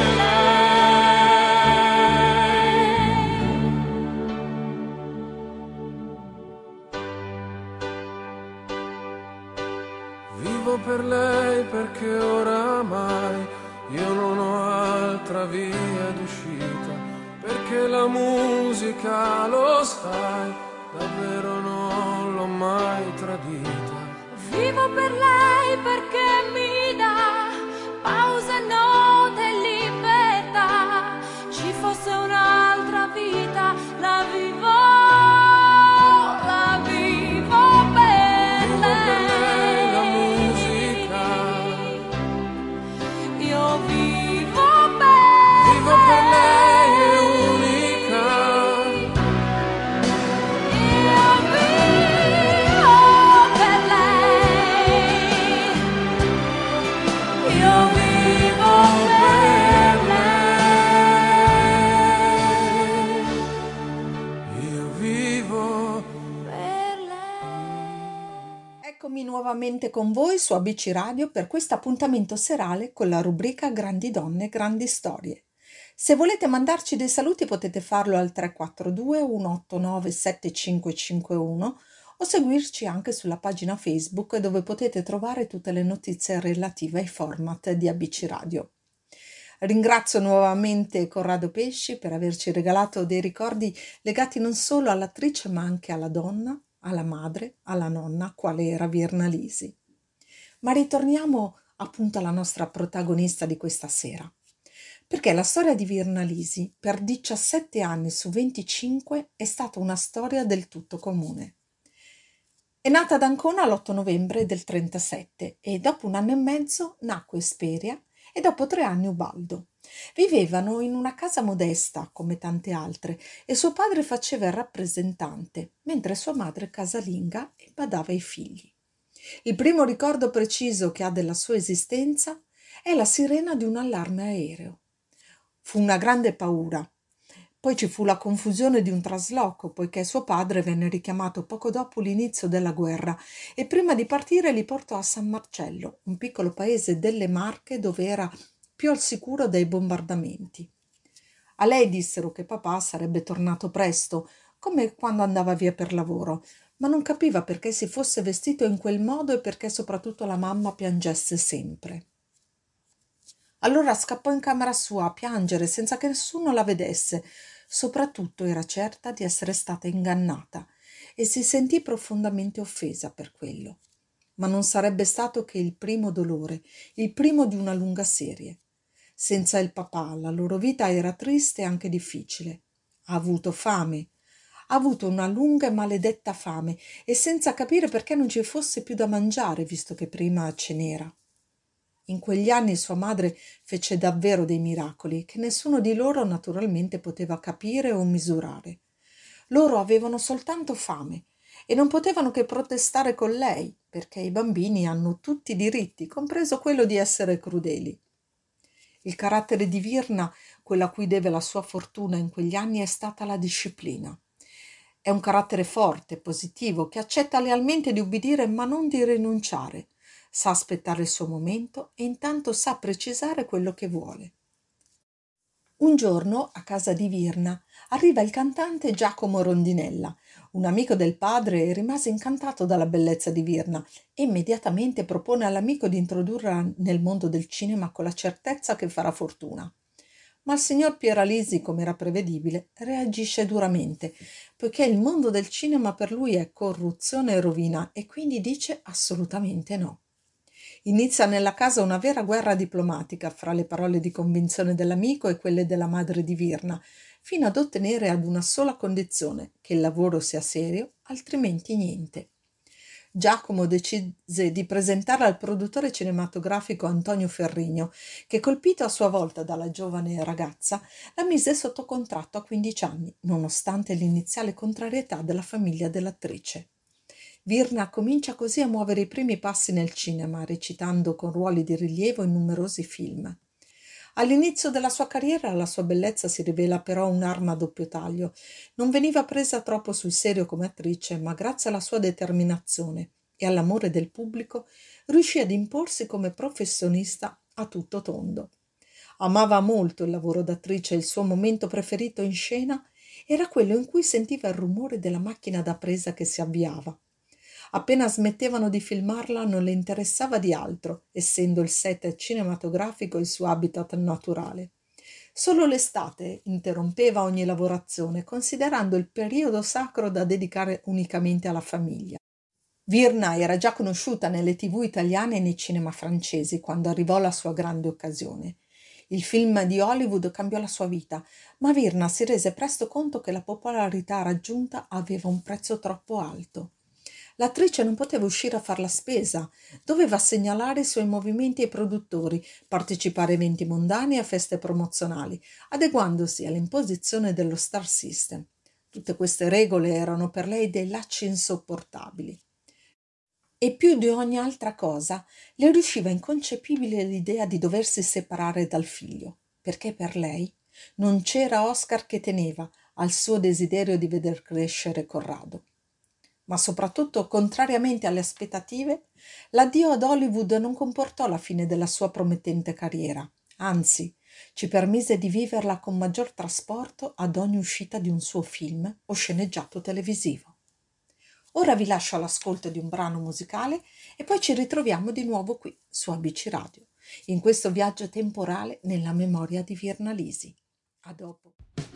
lei. Vivo per lei perché oramai io non ho altra via d'uscita, perché la musica, lo sai, davvero non l'ho mai tradita. Vivo per lei perché mi dà pause, note e libertà. Ci fosse un'altra vita, la vivo, la vivo per Vivo per lei la lei. musica, Io vivo per vivo per lei è unica. Io vivo per lei. Io vivo per lei. Io vivo per lei. Eccomi nuovamente con voi su A B C Radio per questo appuntamento serale con la rubrica Grandi Donne, Grandi Storie. Se volete mandarci dei saluti potete farlo al tre quattro due uno otto nove sette cinque cinque uno o seguirci anche sulla pagina Facebook dove potete trovare tutte le notizie relative ai format di A B C Radio. Ringrazio nuovamente Corrado Pesci per averci regalato dei ricordi legati non solo all'attrice ma anche alla donna, alla madre, alla nonna, quale era Virna Lisi. Ma ritorniamo appunto alla nostra protagonista di questa sera, perché la storia di Virna Lisi per diciassette anni su venticinque è stata una storia del tutto comune. È nata ad Ancona l'otto novembre del trentasette e dopo un anno e mezzo nacque Esperia e dopo tre anni Ubaldo. Vivevano in una casa modesta come tante altre e suo padre faceva il rappresentante, mentre sua madre casalinga e badava ai figli. Il primo ricordo preciso che ha della sua esistenza è la sirena di un allarme aereo. Fu una grande paura. Poi ci fu la confusione di un trasloco, poiché suo padre venne richiamato poco dopo l'inizio della guerra e prima di partire li portò a San Marcello, un piccolo paese delle Marche dove era più al sicuro dai bombardamenti. A lei dissero che papà sarebbe tornato presto, come quando andava via per lavoro, ma non capiva perché si fosse vestito in quel modo e perché soprattutto la mamma piangesse sempre. Allora scappò in camera sua a piangere senza che nessuno la vedesse. Soprattutto era certa di essere stata ingannata e si sentì profondamente offesa per quello. Ma non sarebbe stato che il primo dolore, il primo di una lunga serie. Senza il papà la loro vita era triste e anche difficile. Ha avuto fame, ha avuto una lunga e maledetta fame e senza capire perché non ci fosse più da mangiare, visto che prima ce n'era. In quegli anni sua madre fece davvero dei miracoli che nessuno di loro naturalmente poteva capire o misurare. Loro avevano soltanto fame e non potevano che protestare con lei, perché i bambini hanno tutti i diritti, compreso quello di essere crudeli. Il carattere di Virna, quello a cui deve la sua fortuna in quegli anni, è stata la disciplina. È un carattere forte, positivo, che accetta lealmente di ubbidire ma non di rinunciare. Sa aspettare il suo momento e intanto sa precisare quello che vuole. Un giorno, a casa di Virna, arriva il cantante Giacomo Rondinella, un amico del padre, e rimase incantato dalla bellezza di Virna e immediatamente propone all'amico di introdurla nel mondo del cinema con la certezza che farà fortuna. Ma il signor Pieralisi, come era prevedibile, reagisce duramente, poiché il mondo del cinema per lui è corruzione e rovina e quindi dice assolutamente no. Inizia nella casa una vera guerra diplomatica fra le parole di convinzione dell'amico e quelle della madre di Virna, fino ad ottenere ad una sola condizione, che il lavoro sia serio, altrimenti niente. Giacomo decise di presentare al produttore cinematografico Antonio Ferrigno, che, colpito a sua volta dalla giovane ragazza, la mise sotto contratto a quindici anni, nonostante l'iniziale contrarietà della famiglia dell'attrice. Virna comincia così a muovere i primi passi nel cinema, recitando con ruoli di rilievo in numerosi film. All'inizio della sua carriera la sua bellezza si rivela però un'arma a doppio taglio. Non veniva presa troppo sul serio come attrice, ma grazie alla sua determinazione e all'amore del pubblico riuscì ad imporsi come professionista a tutto tondo. Amava molto il lavoro d'attrice e il suo momento preferito in scena era quello in cui sentiva il rumore della macchina da presa che si avviava. Appena smettevano di filmarla non le interessava di altro, essendo il set cinematografico il suo habitat naturale. Solo l'estate interrompeva ogni lavorazione, considerando il periodo sacro da dedicare unicamente alla famiglia. Virna era già conosciuta nelle tivù italiane e nei cinema francesi quando arrivò la sua grande occasione. Il film di Hollywood cambiò la sua vita, ma Virna si rese presto conto che la popolarità raggiunta aveva un prezzo troppo alto. L'attrice non poteva uscire a far la spesa, doveva segnalare i suoi movimenti ai produttori, partecipare a eventi mondani e a feste promozionali, adeguandosi all'imposizione dello star system. Tutte queste regole erano per lei dei lacci insopportabili. E più di ogni altra cosa le riusciva inconcepibile l'idea di doversi separare dal figlio, perché per lei non c'era Oscar che teneva al suo desiderio di veder crescere Corrado. Ma soprattutto, contrariamente alle aspettative, l'addio ad Hollywood non comportò la fine della sua promettente carriera, anzi, ci permise di viverla con maggior trasporto ad ogni uscita di un suo film o sceneggiato televisivo. Ora vi lascio all'ascolto di un brano musicale e poi ci ritroviamo di nuovo qui su A B C Radio, in questo viaggio temporale nella memoria di Virna Lisi. A dopo.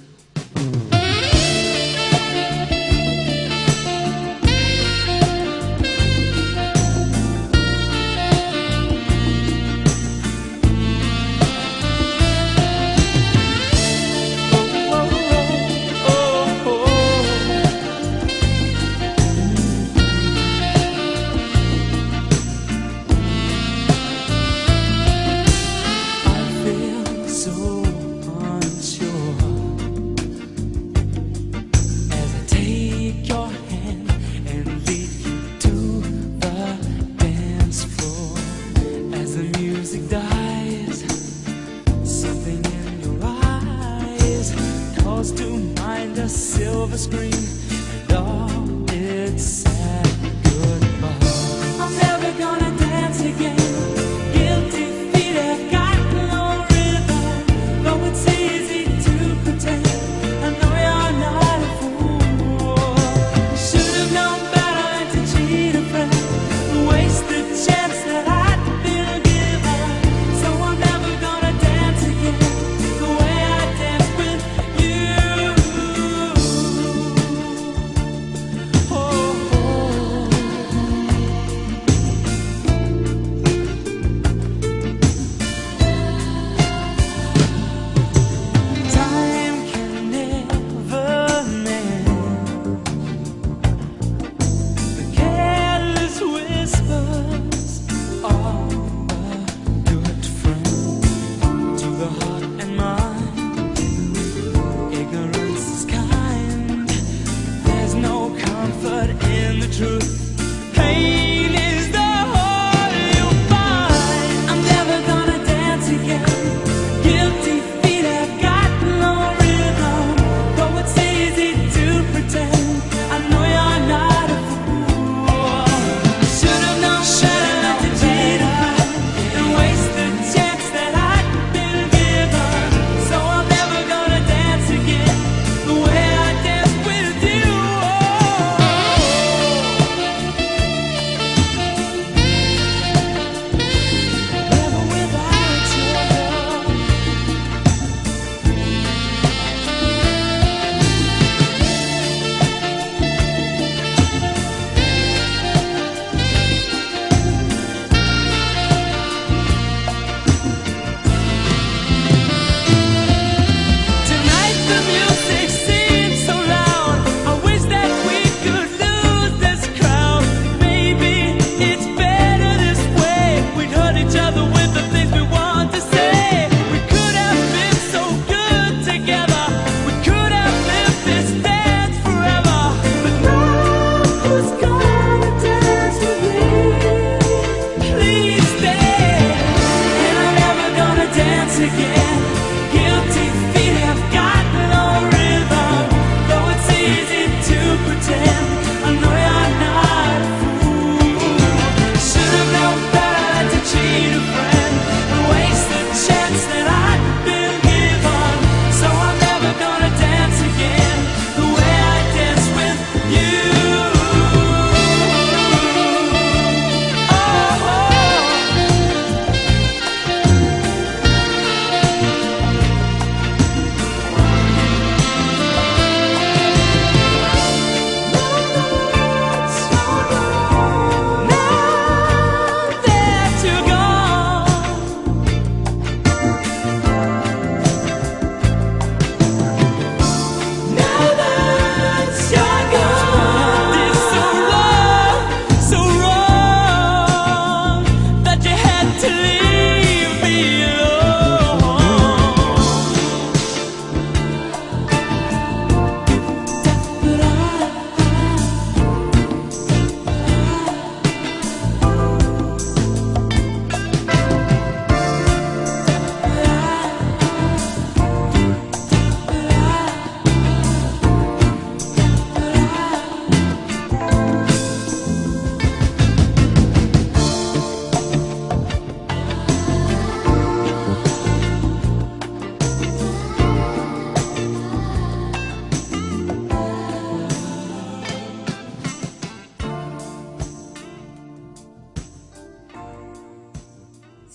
Silver screen and all its sad goodbye. I'm never gonna dance again. Guilty feet have got no rhythm. Though it's easy to pretend, I know you're not a fool. Should have known better to cheat a friend, waste the chance that I'd been given. So I'm never gonna dance again the way I danced with you.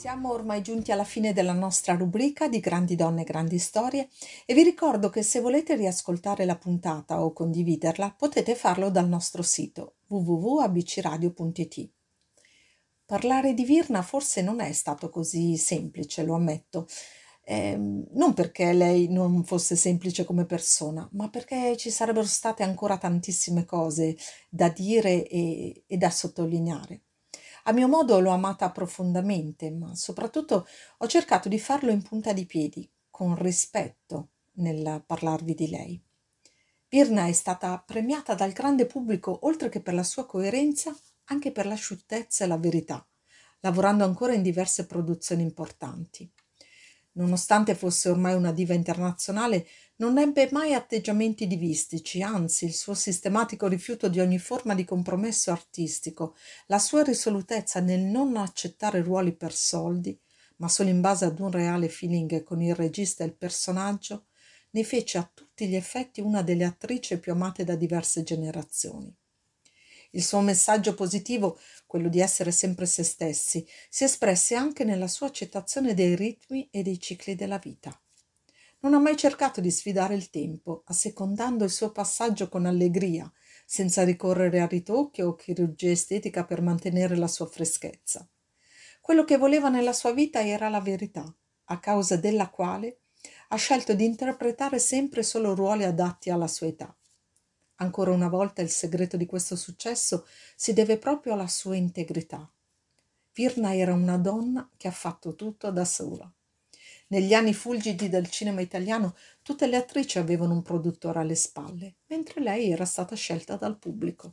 Siamo ormai giunti alla fine della nostra rubrica di Grandi Donne, Grandi Storie e vi ricordo che se volete riascoltare la puntata o condividerla potete farlo dal nostro sito w w w punto a b c radio punto i t. Parlare di Virna forse non è stato così semplice, lo ammetto, eh, non perché lei non fosse semplice come persona, ma perché ci sarebbero state ancora tantissime cose da dire e, e da sottolineare. A mio modo l'ho amata profondamente, ma soprattutto ho cercato di farlo in punta di piedi, con rispetto nel parlarvi di lei. Virna è stata premiata dal grande pubblico oltre che per la sua coerenza, anche per la sciuttezza e la verità, lavorando ancora in diverse produzioni importanti. Nonostante fosse ormai una diva internazionale, non ebbe mai atteggiamenti divistici, anzi il suo sistematico rifiuto di ogni forma di compromesso artistico, la sua risolutezza nel non accettare ruoli per soldi, ma solo in base ad un reale feeling con il regista e il personaggio, ne fece a tutti gli effetti una delle attrici più amate da diverse generazioni. Il suo messaggio positivo, quello di essere sempre se stessi, si espresse anche nella sua accettazione dei ritmi e dei cicli della vita. Non ha mai cercato di sfidare il tempo, assecondando il suo passaggio con allegria, senza ricorrere a ritocchi o chirurgia estetica per mantenere la sua freschezza. Quello che voleva nella sua vita era la verità, a causa della quale ha scelto di interpretare sempre solo ruoli adatti alla sua età. Ancora una volta il segreto di questo successo si deve proprio alla sua integrità. Virna era una donna che ha fatto tutto da sola. Negli anni fulgidi del cinema italiano tutte le attrici avevano un produttore alle spalle, mentre lei era stata scelta dal pubblico.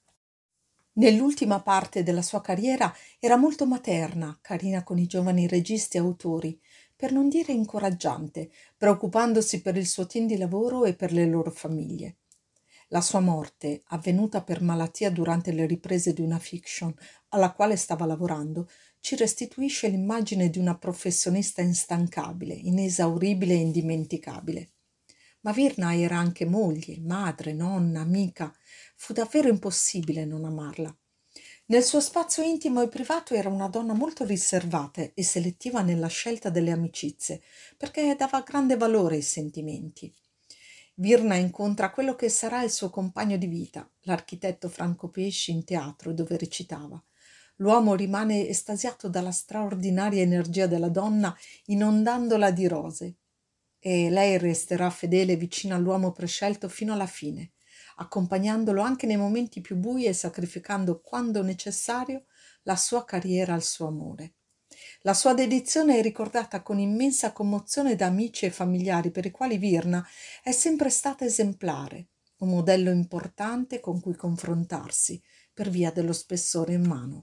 Nell'ultima parte della sua carriera era molto materna, carina con i giovani registi e autori, per non dire incoraggiante, preoccupandosi per il suo team di lavoro e per le loro famiglie. La sua morte, avvenuta per malattia durante le riprese di una fiction alla quale stava lavorando, ci restituisce l'immagine di una professionista instancabile, inesauribile e indimenticabile. Ma Virna era anche moglie, madre, nonna, amica. Fu davvero impossibile non amarla. Nel suo spazio intimo e privato era una donna molto riservata e selettiva nella scelta delle amicizie, perché dava grande valore ai sentimenti. Virna incontra quello che sarà il suo compagno di vita, l'architetto Franco Pesci, in teatro dove recitava. L'uomo rimane estasiato dalla straordinaria energia della donna, inondandola di rose. E lei resterà fedele vicino all'uomo prescelto fino alla fine, accompagnandolo anche nei momenti più bui e sacrificando, quando necessario, la sua carriera al suo amore. La sua dedizione è ricordata con immensa commozione da amici e familiari per i quali Virna è sempre stata esemplare, un modello importante con cui confrontarsi per via dello spessore umano.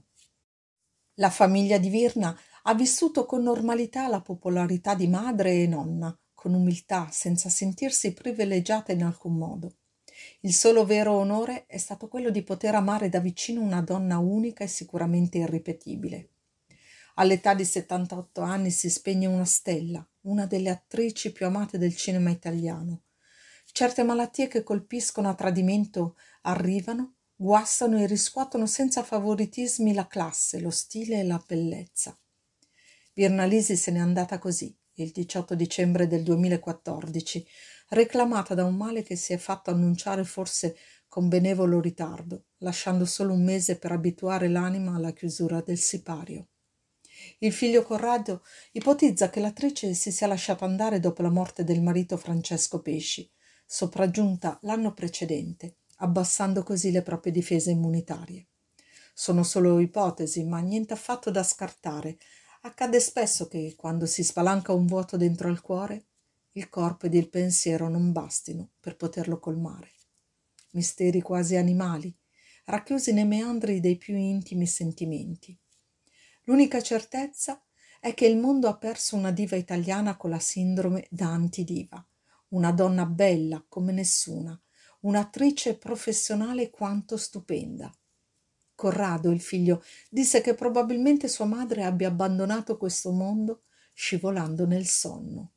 La famiglia di Virna ha vissuto con normalità la popolarità di madre e nonna, con umiltà, senza sentirsi privilegiata in alcun modo. Il solo vero onore è stato quello di poter amare da vicino una donna unica e sicuramente irripetibile. All'età di settantotto anni si spegne una stella, una delle attrici più amate del cinema italiano. Certe malattie che colpiscono a tradimento arrivano, guastano e riscuotono senza favoritismi la classe, lo stile e la bellezza. Virna Lisi se n'è andata così, il diciotto dicembre del duemilaquattordici, reclamata da un male che si è fatto annunciare forse con benevolo ritardo, lasciando solo un mese per abituare l'anima alla chiusura del sipario. Il figlio Corrado ipotizza che l'attrice si sia lasciata andare dopo la morte del marito Francesco Pesci, sopraggiunta l'anno precedente, abbassando così le proprie difese immunitarie. Sono solo ipotesi, ma niente affatto da scartare. Accade spesso che, quando si spalanca un vuoto dentro al cuore, il corpo ed il pensiero non bastino per poterlo colmare. Misteri quasi animali, racchiusi nei meandri dei più intimi sentimenti. L'unica certezza è che il mondo ha perso una diva italiana con la sindrome da antidiva, una donna bella come nessuna, un'attrice professionale quanto stupenda. Corrado, il figlio, disse che probabilmente sua madre abbia abbandonato questo mondo scivolando nel sonno.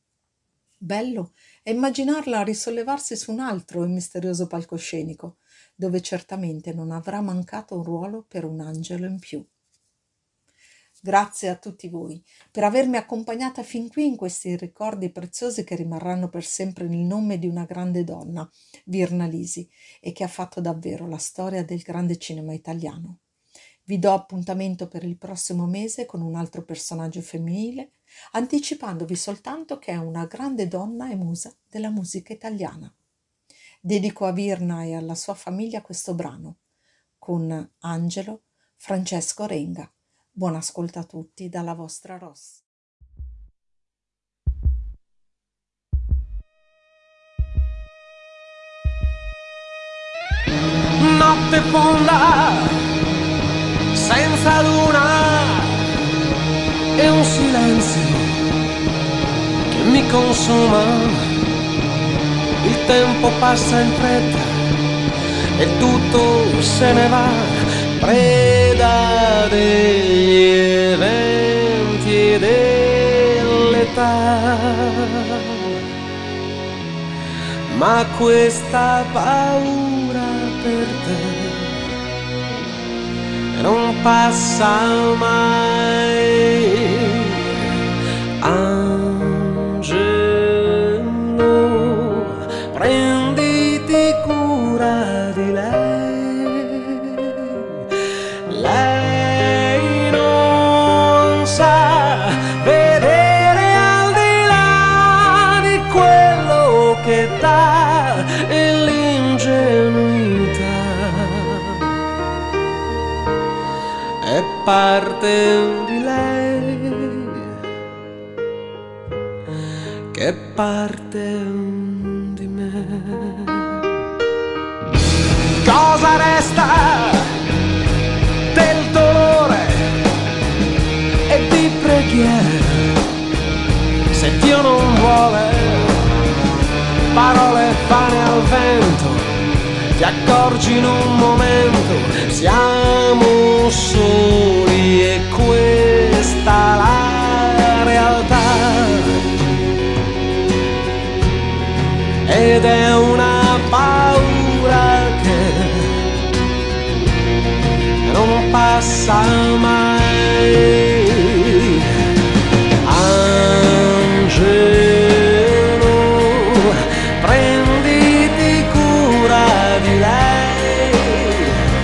Bello è immaginarla risollevarsi su un altro e misterioso palcoscenico, dove certamente non avrà mancato un ruolo per un angelo in più. Grazie a tutti voi per avermi accompagnata fin qui in questi ricordi preziosi che rimarranno per sempre nel nome di una grande donna, Virna Lisi, e che ha fatto davvero la storia del grande cinema italiano. Vi do appuntamento per il prossimo mese con un altro personaggio femminile, anticipandovi soltanto che è una grande donna e musa della musica italiana. Dedico a Virna e alla sua famiglia questo brano, con Angelo Francesco Renga. Buon ascolto a tutti dalla vostra Ross. Notte fonda, senza luna, e un silenzio che mi consuma. Il tempo passa in fretta e tutto se ne va, preda degli eventi e dell'età. Ma questa paura per te non passa mai. Angelo, prenditi cura di lei. Lei non sa vedere al di là di quello che dà e l'ingenuità è parte di lei, che è parte di me. Cosa resta del dolore e di preghiera se Dio non vuole? Parole vane al vento, ti accorgi in un momento, siamo soli e questa la realtà. Ed è una paura che non passa mai. Angelo, prenditi cura di lei.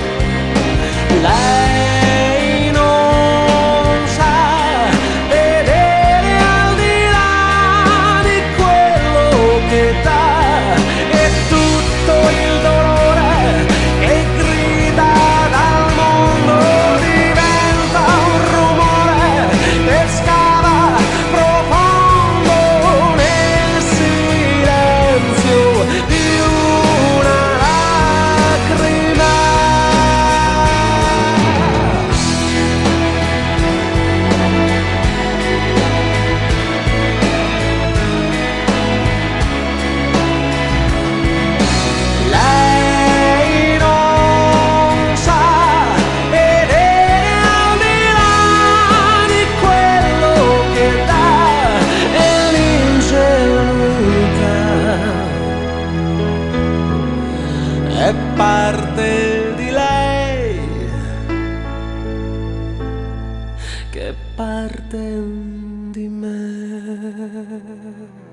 Lei non sa vedere al di là di quello che dà, e tutto il dolore che grida dal mondo diventa un rumore che scava profondo nel silenzio di una lacrima. Lei non sa vedere al di là di quello che dà e l'ingenuità è parte di lei, che è parte di me.